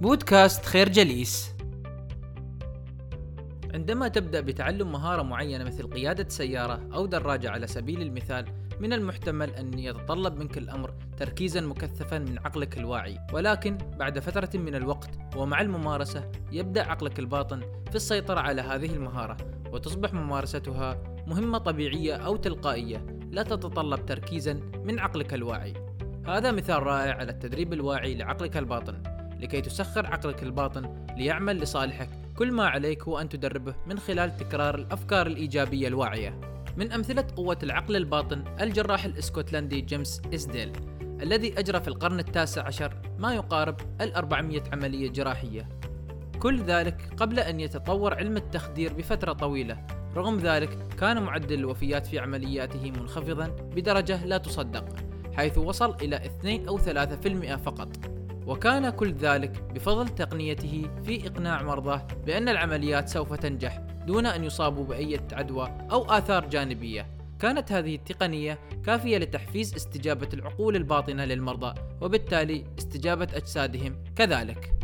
بودكاست خير جليس. عندما تبدأ بتعلم مهارة معينة مثل قيادة سيارة أو دراجة على سبيل المثال، من المحتمل أن يتطلب منك الأمر تركيزا مكثفا من عقلك الواعي، ولكن بعد فترة من الوقت ومع الممارسة يبدأ عقلك الباطن في السيطرة على هذه المهارة، وتصبح ممارستها مهمة طبيعية أو تلقائية لا تتطلب تركيزا من عقلك الواعي. هذا مثال رائع على التدريب الواعي لعقلك الباطن. لكي تسخر عقلك الباطن ليعمل لصالحك، كل ما عليك هو أن تدربه من خلال تكرار الأفكار الإيجابية الواعية. من أمثلة قوة العقل الباطن الجراح الإسكتلندي جيمس إسديل، الذي أجرى في القرن التاسع عشر ما يقارب 400 عملية جراحية، كل ذلك قبل أن يتطور علم التخدير بفترة طويلة. رغم ذلك كان معدل الوفيات في عملياته منخفضا بدرجة لا تصدق، حيث وصل إلى 2 أو 3% فقط، وكان كل ذلك بفضل تقنيته في إقناع مرضاه بأن العمليات سوف تنجح دون أن يصابوا بأي عدوى أو آثار جانبية. كانت هذه التقنية كافية لتحفيز استجابة العقول الباطنة للمرضى، وبالتالي استجابة أجسادهم كذلك.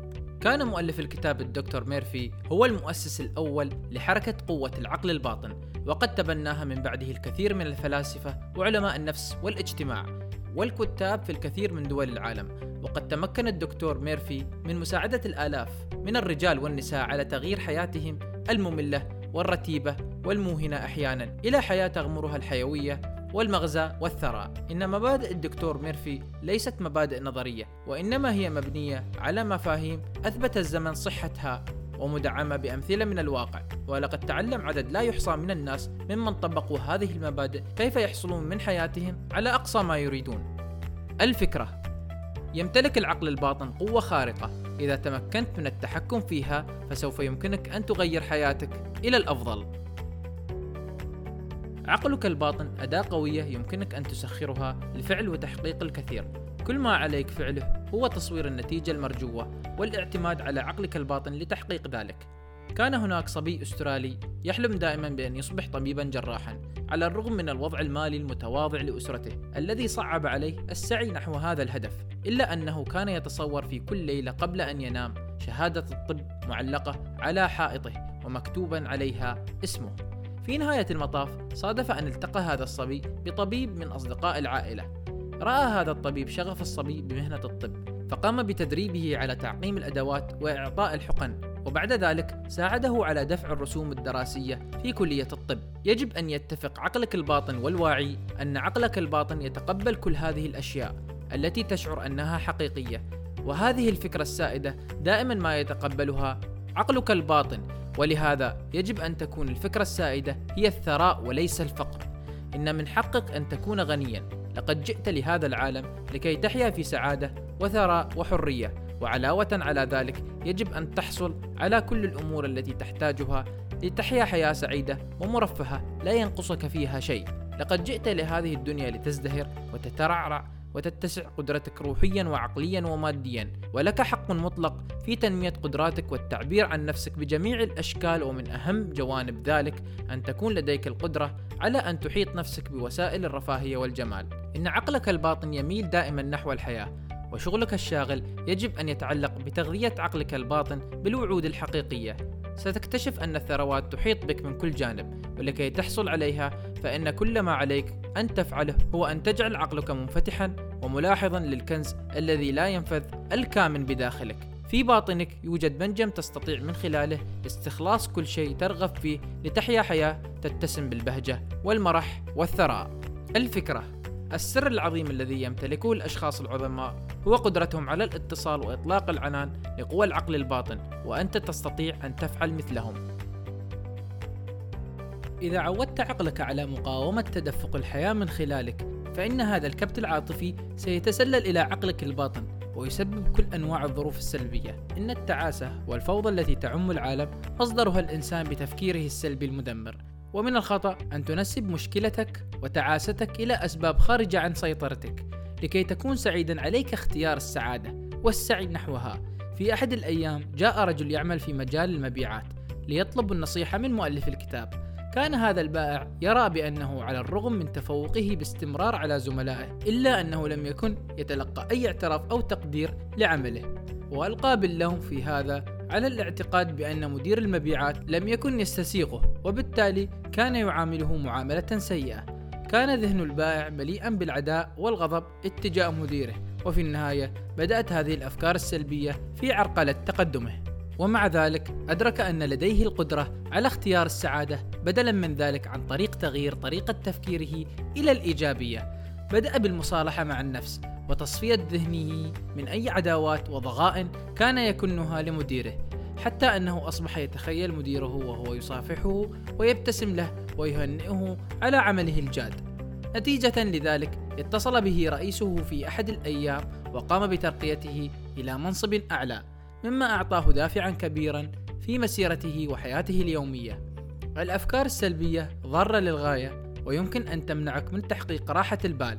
كان مؤلف الكتاب الدكتور ميرفي هو المؤسس الأول لحركة قوة العقل الباطن، وقد تبناها من بعده الكثير من الفلاسفة وعلماء النفس والاجتماع والكتاب في الكثير من دول العالم. وقد تمكن الدكتور ميرفي من مساعدة الآلاف من الرجال والنساء على تغيير حياتهم المملة والرتيبة والموهنة أحيانا إلى حياة تغمرها الحيوية والمغزى والثراء. إن مبادئ الدكتور ميرفي ليست مبادئ نظرية، وإنما هي مبنية على مفاهيم أثبت الزمن صحتها ومدعمة بأمثلة من الواقع. ولقد تعلم عدد لا يحصى من الناس ممن طبقوا هذه المبادئ كيف يحصلون من حياتهم على أقصى ما يريدون. الفكرة: يمتلك العقل الباطن قوة خارقة، إذا تمكنت من التحكم فيها فسوف يمكنك أن تغير حياتك إلى الأفضل. عقلك الباطن أداة قوية يمكنك أن تسخرها لفعل وتحقيق الكثير. كل ما عليك فعله هو تصوير النتيجة المرجوة والاعتماد على عقلك الباطن لتحقيق ذلك. كان هناك صبي أسترالي يحلم دائما بأن يصبح طبيبا جراحا، على الرغم من الوضع المالي المتواضع لأسرته الذي صعب عليه السعي نحو هذا الهدف، إلا أنه كان يتصور في كل ليلة قبل أن ينام شهادة الطب معلقة على حائطه ومكتوبا عليها اسمه. في نهاية المطاف صادف أن التقى هذا الصبي بطبيب من أصدقاء العائلة. رأى هذا الطبيب شغف الصبي بمهنة الطب، فقام بتدريبه على تعقيم الأدوات وإعطاء الحقن، وبعد ذلك ساعده على دفع الرسوم الدراسية في كلية الطب. يجب أن يتفق عقلك الباطن والواعي أن عقلك الباطن يتقبل كل هذه الأشياء التي تشعر أنها حقيقية، وهذه الفكرة السائدة دائما ما يتقبلها عقلك الباطن. ولهذا يجب أن تكون الفكرة السائدة هي الثراء وليس الفقر. إن من حقك أن تكون غنيا، لقد جئت لهذا العالم لكي تحيا في سعادة وثراء وحرية، وعلاوة على ذلك يجب أن تحصل على كل الأمور التي تحتاجها لتحيا حياة سعيدة ومرفهة لا ينقصك فيها شيء. لقد جئت لهذه الدنيا لتزدهر وتترعرع وتتسع قدرتك روحيا وعقليا وماديا، ولك حق مطلق في تنمية قدراتك والتعبير عن نفسك بجميع الأشكال. ومن أهم جوانب ذلك أن تكون لديك القدرة على أن تحيط نفسك بوسائل الرفاهية والجمال. إن عقلك الباطن يميل دائما نحو الحياة، وشغلك الشاغل يجب أن يتعلق بتغذية عقلك الباطن بالوعود الحقيقية. ستكتشف أن الثروات تحيط بك من كل جانب، ولكي تحصل عليها فإن كل ما عليك أن تفعله هو أن تجعل عقلك منفتحا وملاحظا للكنز الذي لا ينفذ الكامن بداخلك. في باطنك يوجد منجم تستطيع من خلاله استخلاص كل شيء ترغب فيه لتحيا حياة تتسم بالبهجة والمرح والثراء. الفكرة: السر العظيم الذي يمتلكه الأشخاص العظماء هو قدرتهم على الاتصال وإطلاق العنان لقوى العقل الباطن، وأنت تستطيع أن تفعل مثلهم. إذا عودت عقلك على مقاومة تدفق الحياة من خلالك، فإن هذا الكبت العاطفي سيتسلل إلى عقلك الباطن ويسبب كل أنواع الظروف السلبية. إن التعاسة والفوضى التي تعم العالم مصدرها الإنسان بتفكيره السلبي المدمر، ومن الخطأ أن تنسب مشكلتك وتعاستك إلى أسباب خارجة عن سيطرتك. لكي تكون سعيدا عليك اختيار السعادة والسعي نحوها. في أحد الأيام جاء رجل يعمل في مجال المبيعات ليطلب النصيحة من مؤلف الكتاب. كان هذا البائع يرى بأنه على الرغم من تفوقه باستمرار على زملائه، إلا أنه لم يكن يتلقى أي اعتراف أو تقدير لعمله. وألقى باللوم في هذا على الاعتقاد بأن مدير المبيعات لم يكن يستسيغه، وبالتالي كان يعامله معاملة سيئة. كان ذهن البائع مليئا بالعداء والغضب اتجاه مديره، وفي النهاية بدأت هذه الأفكار السلبية في عرقلة تقدمه. ومع ذلك أدرك أن لديه القدرة على اختيار السعادة بدلا من ذلك عن طريق تغيير طريقة تفكيره إلى الإيجابية. بدأ بالمصالحة مع النفس وتصفية ذهنه من أي عداوات وضغائن كان يكنها لمديره، حتى أنه أصبح يتخيل مديره وهو يصافحه ويبتسم له ويهنئه على عمله الجاد. نتيجة لذلك اتصل به رئيسه في أحد الأيام وقام بترقيته إلى منصب أعلى، مما أعطاه دافعا كبيرا في مسيرته وحياته اليومية. الأفكار السلبية ضارة للغاية ويمكن أن تمنعك من تحقيق راحة البال.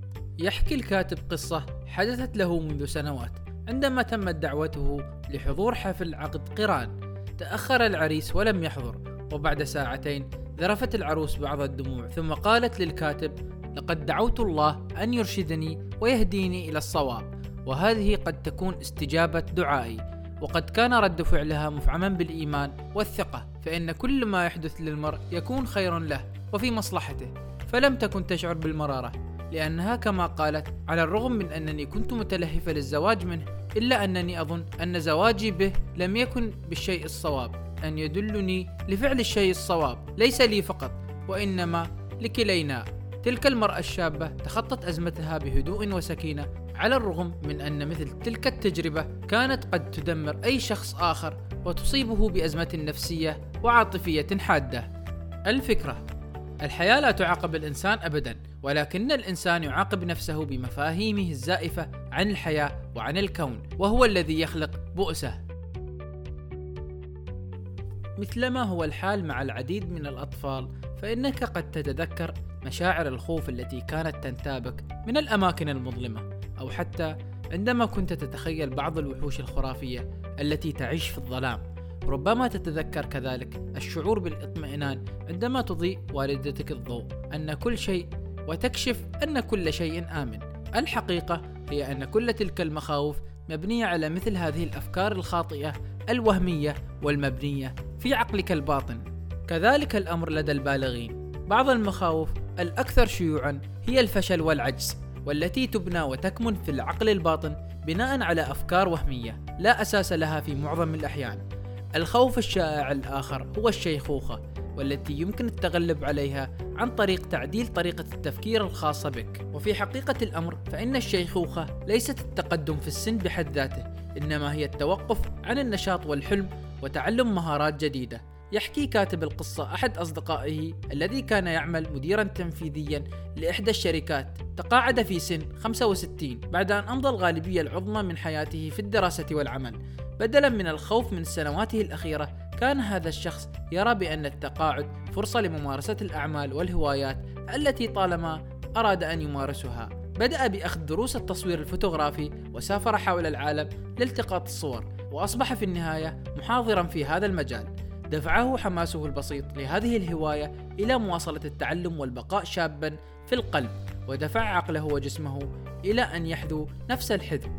يحكي الكاتب قصة حدثت له منذ سنوات، عندما تمت دعوته لحضور حفل عقد قران. تأخر العريس ولم يحضر، وبعد ساعتين ذرفت العروس بعض الدموع ثم قالت للكاتب: لقد دعوت الله أن يرشدني ويهديني إلى الصواب، وهذه قد تكون استجابة دعائي. وقد كان رد فعلها مفعما بالإيمان والثقة، فإن كل ما يحدث للمرء يكون خير له وفي مصلحته، فلم تكن تشعر بالمرارة، لأنها كما قالت: على الرغم من أنني كنت متلهفة للزواج منه، إلا أنني أظن أن زواجي به لم يكن بالشيء الصواب، أن يدلني لفعل الشيء الصواب ليس لي فقط وإنما لكلينا. تلك المرأة الشابة تخطت أزمتها بهدوء وسكينة، على الرغم من أن مثل تلك التجربة كانت قد تدمر أي شخص آخر وتصيبه بأزمة نفسية وعاطفية حادة. الفكرة: الحياة لا تعاقب الإنسان أبدا، ولكن الإنسان يعاقب نفسه بمفاهيمه الزائفة عن الحياة وعن الكون، وهو الذي يخلق بؤسه. مثلما هو الحال مع العديد من الأطفال، فإنك قد تتذكر مشاعر الخوف التي كانت تنتابك من الأماكن المظلمة، أو حتى عندما كنت تتخيل بعض الوحوش الخرافية التي تعيش في الظلام. ربما تتذكر كذلك الشعور بالاطمئنان عندما تضيء والدتك الضوء أن كل شيء وتكشف أن كل شيء آمن. الحقيقة هي أن كل تلك المخاوف مبنية على مثل هذه الأفكار الخاطئة الوهمية والمبنية في عقلك الباطن. كذلك الأمر لدى البالغين. بعض المخاوف الأكثر شيوعا هي الفشل والعجز، والتي تبنى وتكمن في العقل الباطن بناء على أفكار وهمية لا أساس لها في معظم الأحيان. الخوف الشائع الآخر هو الشيخوخة، والتي يمكن التغلب عليها عن طريق تعديل طريقة التفكير الخاصة بك. وفي حقيقة الأمر فإن الشيخوخة ليست التقدم في السن بحد ذاته، إنما هي التوقف عن النشاط والحلم وتعلم مهارات جديدة. يحكي كاتب القصة أحد أصدقائه الذي كان يعمل مديرا تنفيذيا لإحدى الشركات، تقاعد في سن 65 بعد أن أمضى الغالبية العظمى من حياته في الدراسة والعمل. بدلا من الخوف من سنواته الأخيرة، كان هذا الشخص يرى بأن التقاعد فرصة لممارسة الأعمال والهوايات التي طالما أراد أن يمارسها. بدأ بأخذ دروس التصوير الفوتوغرافي وسافر حول العالم لالتقاط الصور، وأصبح في النهاية محاضرا في هذا المجال. دفعه حماسه البسيط لهذه الهواية إلى مواصلة التعلم والبقاء شابا في القلب، ودفع عقله وجسمه إلى أن يحذو نفس الحذو.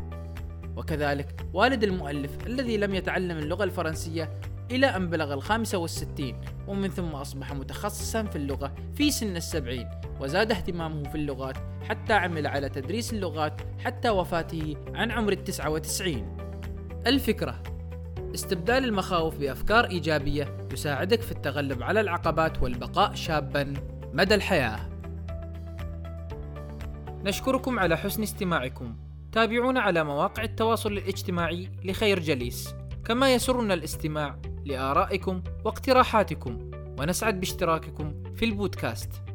وكذلك والد المؤلف الذي لم يتعلم اللغة الفرنسية إلى أن بلغ 65، ومن ثم أصبح متخصصا في اللغة في سن 70، وزاد اهتمامه في اللغات حتى عمل على تدريس اللغات حتى وفاته عن عمر 99. الفكرة: استبدال المخاوف بأفكار إيجابية يساعدك في التغلب على العقبات والبقاء شابا مدى الحياة. نشكركم على حسن استماعكم. تابعونا على مواقع التواصل الاجتماعي لخير جليس، كما يسرنا الاستماع لآرائكم واقتراحاتكم، ونسعد باشتراككم في البودكاست.